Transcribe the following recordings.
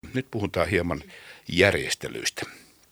nyt puhutaan hieman järjestelyistä.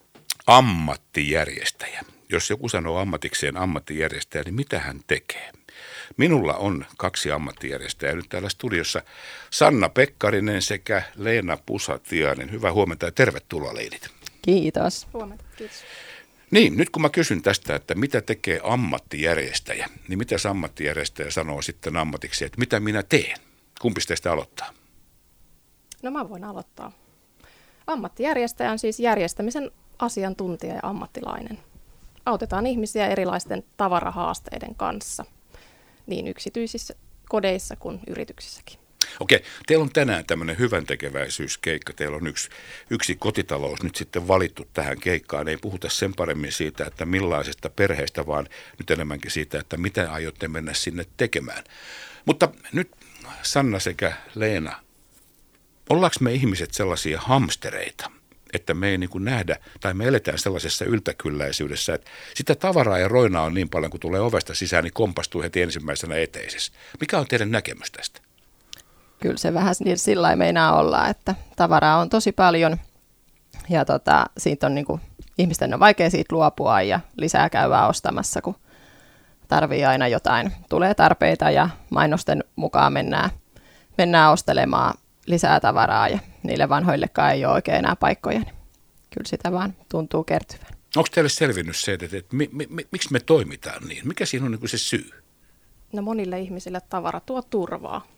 Ammattijärjestäjä. Jos joku sanoo ammatikseen ammattijärjestäjä, niin mitä hän tekee? Minulla on 2 ammattijärjestäjää nyt täällä studiossa. Sanna Pekkarinen sekä Leena Pusatiainen. Hyvää huomenta ja tervetuloa leidit. Kiitos. Huomenta, kiitos. Niin, nyt kun mä kysyn tästä, että mitä tekee ammattijärjestäjä, niin mitä se ammattijärjestäjä sanoo sitten ammatiksi, että mitä minä teen? Kumpi teistä aloittaa? No mä voin aloittaa. Ammattijärjestäjä on siis järjestämisen asiantuntija ja ammattilainen. Autetaan ihmisiä erilaisten tavarahaasteiden kanssa, niin yksityisissä kodeissa kuin yrityksissäkin. Okei, teillä on tänään tämmöinen hyväntekeväisyyskeikka. Teillä on yksi kotitalous nyt sitten valittu tähän keikkaan. Ei puhuta sen paremmin siitä, että millaisesta perheestä, vaan nyt enemmänkin siitä, että mitä aiotte mennä sinne tekemään. Mutta nyt Sanna sekä Leena, ollaanko me ihmiset sellaisia hamstereita, että me ei niin kuin nähdä, tai me eletään sellaisessa yltäkylläisyydessä, että sitä tavaraa ja roinaa on niin paljon, kun tulee ovesta sisään, niin kompastuu heti ensimmäisenä eteisessä. Mikä on teidän näkemys tästä? Kyllä se vähän sillä lailla meinaa olla, että tavaraa on tosi paljon ja siitä on ihmisten on vaikea siitä luopua ja lisää käyvää ostamassa, kun tarvii aina jotain. Tulee tarpeita ja mainosten mukaan mennään ostelemaan lisää tavaraa ja niille vanhoillekaan ei ole oikein enää paikkoja, niin kyllä sitä vaan tuntuu kertyvän. Onko teille selvinnyt se, että miksi me toimitaan niin? Mikä siinä on niin kuin se syy? No monille ihmisille tavara tuo turvaa,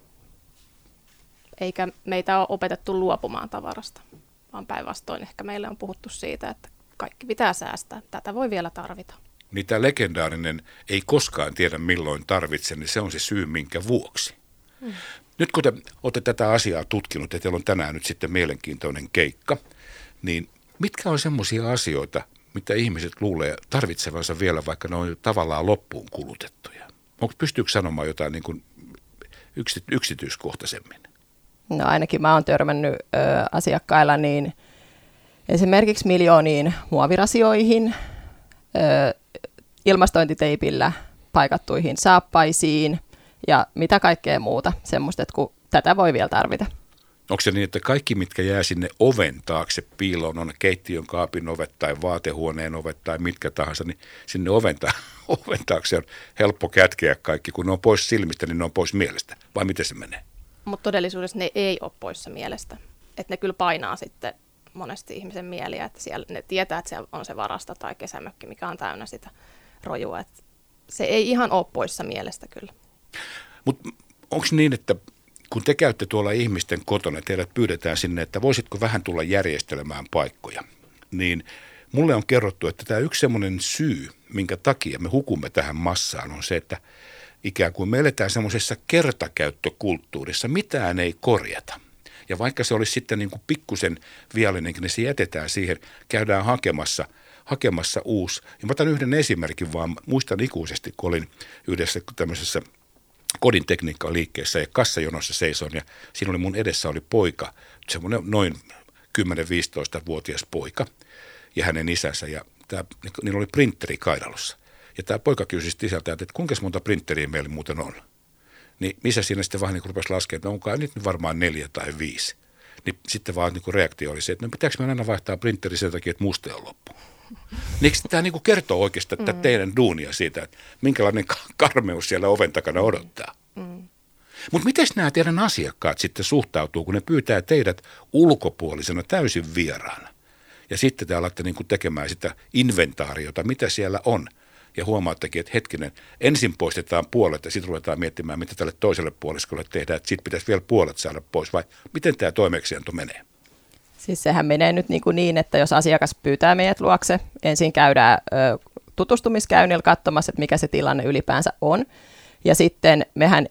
eikä meitä ole opetettu luopumaan tavarasta, vaan päinvastoin ehkä meille on puhuttu siitä, että kaikki pitää säästää, tätä voi vielä tarvita. Niin tämä legendaarinen ei koskaan tiedä milloin tarvitse, niin se on se syy minkä vuoksi. Nyt kun te olette tätä asiaa tutkinut ja teillä on tänään nyt sitten mielenkiintoinen keikka, niin mitkä on semmoisia asioita, mitä ihmiset luulee tarvitsevansa vielä, vaikka ne on tavallaan loppuun kulutettuja? Pystyykö sanomaan jotain niin kuin yksityiskohtaisemmin? No ainakin mä oon törmännyt asiakkailla niin esimerkiksi miljooniin muovirasioihin, ilmastointiteipillä paikattuihin saappaisiin ja mitä kaikkea muuta semmoista, että kun tätä voi vielä tarvita. Onko se niin, että kaikki, mitkä jää sinne oven taakse piiloon, on keittiön kaapin ovet tai vaatehuoneen ovet tai mitkä tahansa, niin sinne oven taakse on helppo kätkeä kaikki. Kun ne on pois silmistä, niin ne on pois mielestä. Vai miten se menee? Mutta todellisuudessa ne ei ole poissa mielestä. Että ne kyllä painaa sitten monesti ihmisen mieliä, että siellä ne tietää, että siellä on se varasto tai kesämökki, mikä on täynnä sitä rojua. Et se ei ihan ole poissa mielestä kyllä. Mutta onko niin, että kun te käytte tuolla ihmisten kotona, teidät pyydetään sinne, että voisitko vähän tulla järjestelemään paikkoja, niin mulle on kerrottu, että tämä yksi semmoinen syy, minkä takia me hukumme tähän massaan, on se, että ikään kuin me eletään semmoisessa kertakäyttökulttuurissa, mitään ei korjata. Ja vaikka se olisi sitten niin kuin pikkusen viallinen, niin se jätetään siihen, käydään hakemassa uusi. Ja mä otan yhden esimerkin vaan, muistan ikuisesti, kun olin yhdessä tämmöisessä kodin tekniikka-liikkeessä ja kassajonossa seisoin ja siinä oli mun edessä oli poika, semmoinen noin 10-15-vuotias poika ja hänen isänsä ja niillä oli printeri kainalossa. Ja tämä poika kysyi isältä, että kuinka monta printeriä meillä muuten on. Niin missä siinä sitten vaan niin rupesi laskemaan, että onkaan nyt varmaan 4 tai 5. Niin sitten vaan niin reaktio oli se, että no pitääkö me aina vaihtaa printeri sen takia, että muste on loppu. Niin tämä niin kertoo oikeastaan tätä teidän duunia siitä, että minkälainen karmeus siellä oven takana odottaa. Mutta miten nämä teidän asiakkaat sitten suhtautuu, kun ne pyytää teidät ulkopuolisena täysin vieraana? Ja sitten te alatte niin tekemään sitä inventaariota, mitä siellä on. Ja huomaattekin, että hetkinen, ensin poistetaan puolet ja sitten ruvetaan miettimään, mitä tälle toiselle puoliskolle tehdään. Että sitten pitäisi vielä puolet saada pois vai miten tämä toimeksianto menee? Siis sehän menee nyt niin, että jos asiakas pyytää meidät luokse, ensin käydään tutustumiskäynnillä katsomassa, että mikä se tilanne ylipäänsä on. Ja sitten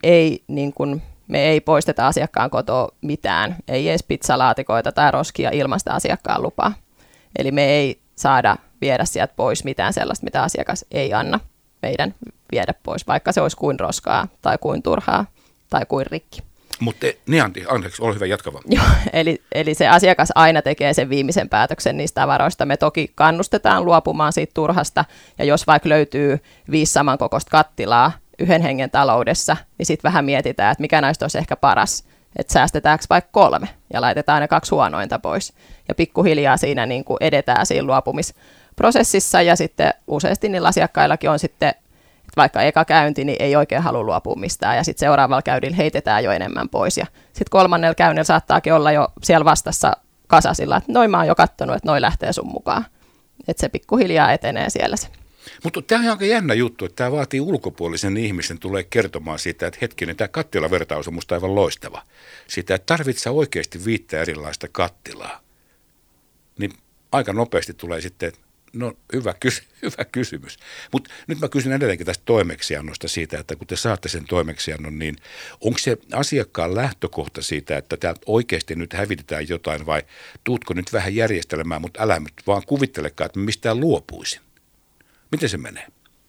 me ei poisteta asiakkaan kotoa mitään, ei edes pizzalaatikoita tai roskia ilman sitä asiakkaan lupaa. Eli me ei saada viedä sieltä pois mitään sellaista, mitä asiakas ei anna meidän viedä pois, vaikka se olisi kuin roskaa tai kuin turhaa tai kuin rikki. Mutta anteeksi, ole hyvä, jatka vaan. Joo, eli se asiakas aina tekee sen viimeisen päätöksen niistä tavaroista. Me toki kannustetaan luopumaan siitä turhasta, ja jos vaikka löytyy 5 samankokoista kattilaa yhden hengen taloudessa, niin sitten vähän mietitään, että mikä näistä olisi ehkä paras. että säästetäänkö vaikka 3 ja laitetaan ne 2 huonointa pois. Ja pikkuhiljaa siinä niin kuin edetään siinä luopumisprosessissa ja sitten useasti niillä asiakkaillakin on sitten, että vaikka eka käynti, niin ei oikein halua luopua mistään ja sitten seuraavalla käynnillä heitetään jo enemmän pois ja sitten 3. käynnillä saattaakin olla jo siellä vastassa kasasilla, että noin mä oon jo katsonut, että noi lähtee sun mukaan. Että se pikkuhiljaa etenee siellä se. Mutta tämä on aika jännä juttu, että tämä vaatii ulkopuolisen ihmisen tulee kertomaan siitä, että hetkinen, tämä kattilavertaus on musta aivan loistava. Sitä, että tarvitsee oikeasti 5 erilaista kattilaa. Niin aika nopeasti tulee sitten, että no hyvä kysymys. Mutta nyt mä kysyn edelleenkin tästä toimeksiannosta siitä, että kun te saatte sen toimeksiannon, niin onko se asiakkaan lähtökohta siitä, että täältä oikeasti nyt hävitetään jotain vai tuutko nyt vähän järjestelemään, mutta älä nyt vaan kuvittelekaan, että mistään luopuisin. Miten se menee?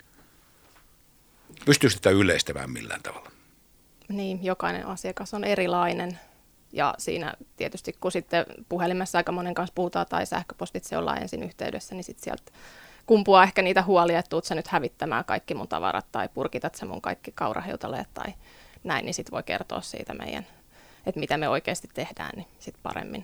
Pystyykö sitä yleistämään millään tavalla? Niin, jokainen asiakas on erilainen. Ja siinä tietysti, kun sitten puhelimessa aika monen kanssa puhutaan tai sähköpostitse ollaan ensin yhteydessä, niin sitten sieltä kumpuaa ehkä niitä huolia, että tuut sä nyt hävittämään kaikki mun tavarat tai purkitat sä mun kaikki kaurahiutaleet tai näin, niin sitten voi kertoa siitä meidän, että mitä me oikeasti tehdään, niin sitten paremmin.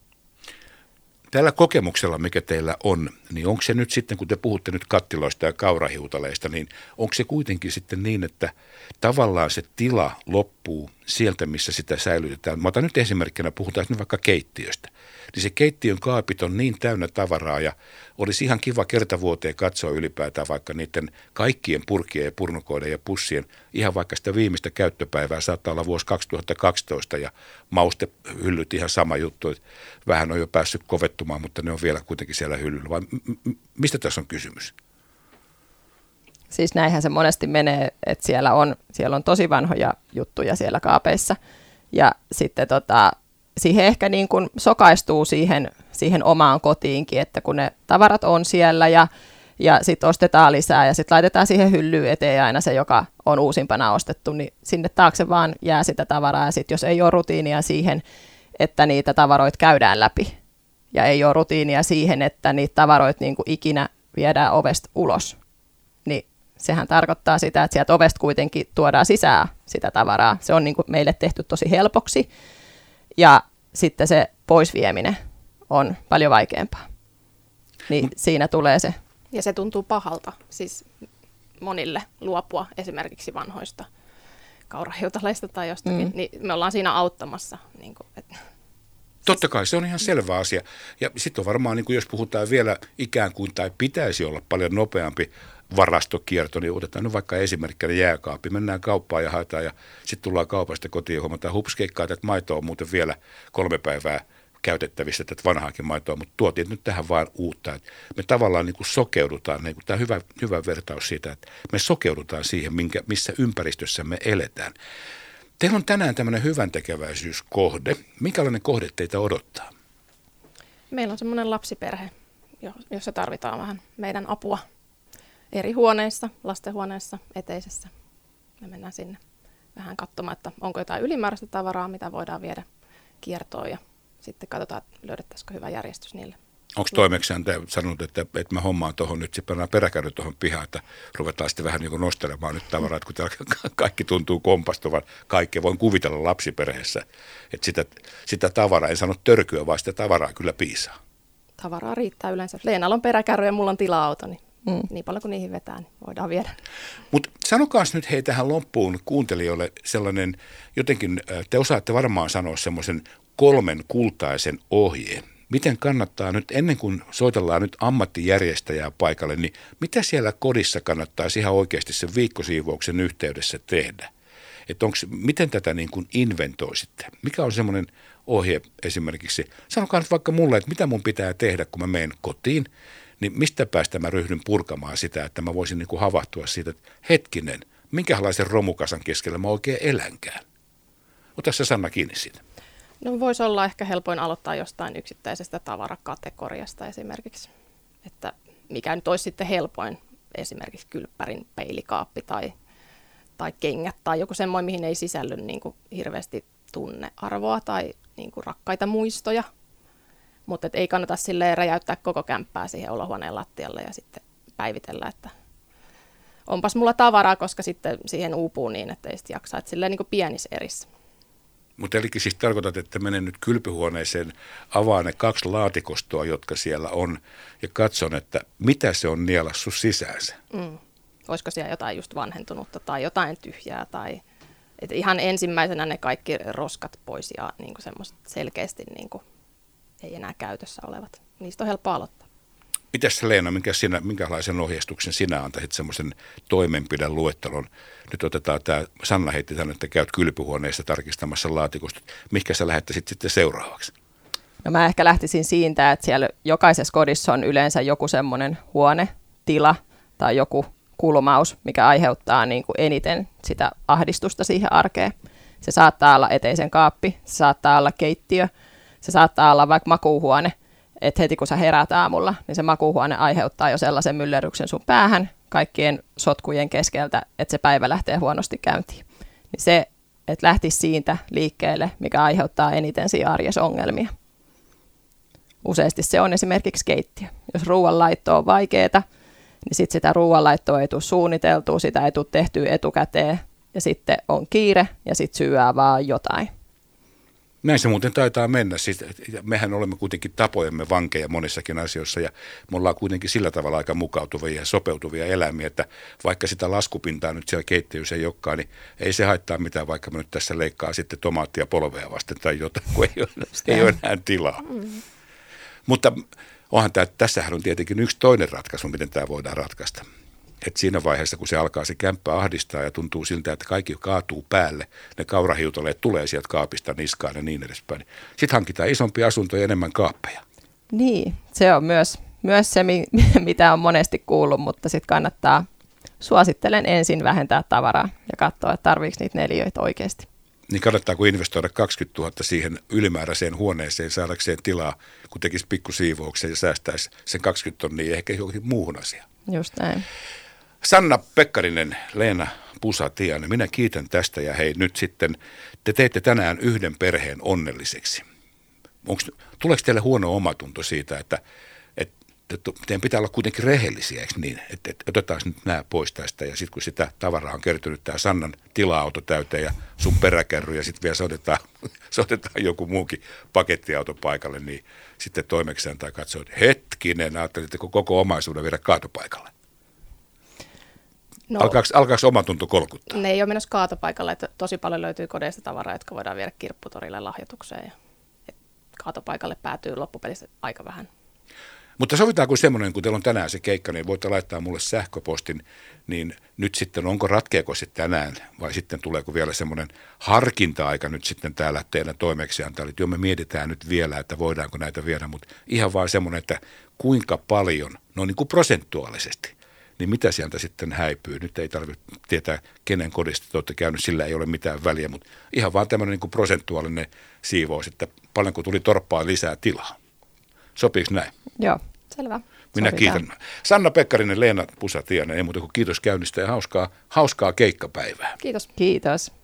Tällä kokemuksella, mikä teillä on, niin onko se nyt sitten, kun te puhutte nyt kattiloista ja kaurahiutaleista, niin onko se kuitenkin sitten niin, että tavallaan se tila loppuu sieltä, missä sitä säilytetään? Mä otan nyt esimerkkinä, puhutaan nyt vaikka keittiöstä. Niin se keittiön kaapit on niin täynnä tavaraa ja olisi ihan kiva kertavuoteen katsoa ylipäätään vaikka niiden kaikkien purkien ja purnukoiden ja pussien, ihan vaikka sitä viimeistä käyttöpäivää, saattaa olla vuosi 2012 ja maustehyllyt ihan sama juttu, että vähän on jo päässyt kovettumaan, mutta ne on vielä kuitenkin siellä hyllyllä. Vai mistä tässä on kysymys? Siis näinhän se monesti menee, että siellä on tosi vanhoja juttuja siellä kaapeissa ja sitten siihen ehkä niin kuin sokaistuu siihen omaan kotiinkin, että kun ne tavarat on siellä ja sitten ostetaan lisää ja sitten laitetaan siihen hyllyyn eteen aina se, joka on uusimpana ostettu, niin sinne taakse vaan jää sitä tavaraa ja sitten jos ei ole rutiinia siihen, että niitä tavaroita käydään läpi ja ei ole rutiinia siihen, että niitä tavaroita niin kuin ikinä viedään ovesta ulos, niin sehän tarkoittaa sitä, että sieltä ovesta kuitenkin tuodaan sisään sitä tavaraa. Se on niin kuin meille tehty tosi helpoksi ja sitten se poisvieminen on paljon vaikeampaa. Niin siinä tulee se. Ja se tuntuu pahalta, siis monille luopua esimerkiksi vanhoista kaurahiutaleista tai jostakin, niin me ollaan siinä auttamassa. Niin kuin, Totta kai, se on ihan selvä asia. Ja sitten on varmaan, niin kuin jos puhutaan vielä ikään kuin, tai pitäisi olla paljon nopeampi varastokierto, niin otetaan nyt vaikka esimerkkinä jääkaappi. Mennään kauppaan ja haetaan ja sitten tullaan kaupasta kotiin ja huomataan hupskeikkaa, että maito on muuten vielä 3 päivää käytettävissä, tätä vanhaakin maitoa, mutta tuotiin nyt tähän vaan uutta. Että me tavallaan niin kuin sokeudutaan, niin kuin tämä on hyvä vertaus siitä, että me sokeudutaan siihen, missä ympäristössä me eletään. Teillä on tänään tämmöinen hyväntekeväisyyskohde. Minkälainen kohde teitä odottaa? Meillä on semmoinen lapsiperhe, jossa tarvitaan vähän meidän apua eri huoneissa, lastenhuoneessa, eteisessä. Me mennään sinne vähän katsomaan, että onko jotain ylimääräistä tavaraa, mitä voidaan viedä kiertoon ja sitten katsotaan, löydettäisikö hyvä järjestys niille. Onko toimeksiantaja sanonut, että mä hommaan tuohon nyt, se pannaan peräkärry tuohon pihaan, että ruvetaan sitten vähän niin kuin nostelemaan nyt tavaraa, kun kaikki tuntuu kompastuvan. Kaikkea voin kuvitella lapsiperheessä, että sitä tavaraa, en sano törkyä, vaan sitä tavaraa kyllä piisaa. Tavaraa riittää yleensä. Leenalla on peräkärry ja mulla on tila-auto, niin paljon kuin niihin vetää, niin voidaan viedä. Mutta sanokaas nyt hei tähän loppuun kuuntelijoille sellainen, jotenkin te osaatte varmaan sanoa semmoisen 3 kultaisen ohjeen. Miten kannattaa nyt, ennen kuin soitellaan nyt ammattijärjestäjää paikalle, niin mitä siellä kodissa kannattaa ihan oikeasti sen viikkosiivouksen yhteydessä tehdä? Että miten tätä niin kuin inventoisitte? Mikä on semmoinen ohje esimerkiksi? Sanokaa nyt vaikka mulle, että mitä mun pitää tehdä, kun mä menen kotiin, niin mistä päästä mä ryhdyn purkamaan sitä, että mä voisin niin kuin havahtua siitä, että hetkinen, minkälaisen romukasan keskellä mä oikein elänkään? Ota se Sanna kiinni siitä. No voisi olla ehkä helpoin aloittaa jostain yksittäisestä tavarakategoriasta esimerkiksi, että mikä nyt olisi sitten helpoin, esimerkiksi kylppärin peilikaappi tai kengät tai joku semmoinen, mihin ei sisälly niin kuin hirveästi tunnearvoa tai niin kuin rakkaita muistoja, mutta ei kannata silleen räjäyttää koko kämppää siihen olohuoneen lattialle ja sitten päivitellä, että onpas mulla tavaraa, koska sitten siihen uupuu niin, että ei sitten jaksa, että silleen niin kuin pienissä erissä. Mutta eli siis tarkoitat, että menen nyt kylpyhuoneeseen, avaan ne 2 laatikostoa, jotka siellä on, ja katson, että mitä se on nielassut sisäänsä. Olisiko siellä jotain just vanhentunutta tai jotain tyhjää tai että ihan ensimmäisenä ne kaikki roskat pois ja niin semmoiset selkeästi niin ei enää käytössä olevat. Niistä on helppo aloittaa. Mitäs Leena, minkälaisen ohjeistuksen sinä antaisit semmoisen toimenpideluettelon? Nyt otetaan tämä, Sanna heitti tänne, että käyt kylpyhuoneessa tarkistamassa laatikosta. Mihinkä sä lähettäisit sitten seuraavaksi? No mä ehkä lähtisin siitä, että siellä jokaisessa kodissa on yleensä joku semmoinen huone, tila tai joku kulmaus, mikä aiheuttaa niin kuin eniten sitä ahdistusta siihen arkeen. Se saattaa olla eteisen kaappi, se saattaa olla keittiö, se saattaa olla vaikka makuuhuone. Että heti kun sä heräät aamulla, niin se makuuhuone aiheuttaa jo sellaisen myllerryksen sun päähän kaikkien sotkujen keskeltä, että se päivä lähtee huonosti käyntiin. Niin se, että lähtisi siitä liikkeelle, mikä aiheuttaa eniten siinä arjessa ongelmia. Useasti se on esimerkiksi keittiö. Jos ruoanlaitto on vaikeaa, niin sitten sitä ruoanlaittoa ei tule suunniteltua, sitä ei tule tehtyä etukäteen, ja sitten on kiire, ja sitten syyää vaan jotain. Näin se muuten taitaa mennä. Siis, mehän olemme kuitenkin tapojemme vankeja monissakin asioissa ja me ollaan kuitenkin sillä tavalla aika mukautuvia ja sopeutuvia eläimiä, että vaikka sitä laskupintaa nyt siellä keittiössä ei olekaan, niin ei se haittaa mitään, vaikka me nyt tässä leikkaa sitten tomaattia polvea vasten tai jotain, kun ei ole enää tilaa. Mutta onhan tässähän on tietenkin yksi toinen ratkaisu, miten tämä voidaan ratkaista. Että siinä vaiheessa, kun se alkaa se kämppä ahdistaa ja tuntuu siltä, että kaikki kaatuu päälle, ne kaurahiutaleet tulee sieltä kaapista niskaan ja niin edespäin. Sitten hankitaan isompia asuntoja ja enemmän kaappeja. Niin, se on myös se, mitä on monesti kuullut, mutta sitten kannattaa, suosittelen ensin vähentää tavaraa ja katsoa, että tarviiko niitä neliöitä oikeasti. Niin kannattaako investoida 20 000 siihen ylimääräiseen huoneeseen saadakseen tilaa, kun tekisi pikkusiivouksen ja säästäisi sen 20 tonnia ehkä johonkin muuhun asiaan. Just näin. Sanna Pekkarinen, Leena Pusa-Tiainen, minä kiitän tästä ja hei nyt sitten, te teitte tänään yhden perheen onnelliseksi. Tuleeko teille huono omatunto siitä, että teidän pitää olla kuitenkin rehellisiä, eikö niin? Että otetaan nyt nämä pois tästä ja sitten kun sitä tavaraa on kertynyt tämä Sannan tila-auto täyteen ja sun peräkärry ja sitten vielä soitetaan joku muukin pakettiauto paikalle, niin sitten toimekseen tai katsoo, että hetkinen, ajattelitteko koko omaisuuden viedä kaatopaikalle? No, alkaako omatunto kolkuttaa? Ne ei ole menossa kaatopaikalle, että tosi paljon löytyy kodeista tavaraa, jotka voidaan viedä kirpputorille lahjoitukseen. Ja kaatopaikalle päätyy loppupelissä aika vähän. Mutta sovitaanko semmoinen, kun teillä on tänään se keikka, niin voitte laittaa mulle sähköpostin, niin nyt sitten onko ratkeako se tänään vai sitten tuleeko vielä semmoinen harkinta-aika nyt sitten täällä teidän toimeksiantajille, että jo me mietitään nyt vielä, että voidaanko näitä viedä, mutta ihan vaan semmoinen, että kuinka paljon, no niin kuin prosentuaalisesti, niin mitä sieltä sitten häipyy. Nyt ei tarvitse tietää, kenen kodista te olette käynyt, sillä ei ole mitään väliä, mutta ihan vaan tämmöinen niin kuin prosentuaalinen siivous, että paljonko tuli torppaa lisää tilaa. Sopiiko näin? Joo, selvä. Minä kiitän. Sanna Pekkarinen, Leena Pusa-Tiainen, ei muuta kuin kiitos käynnistä ja hauskaa keikkapäivää. Kiitos. Kiitos.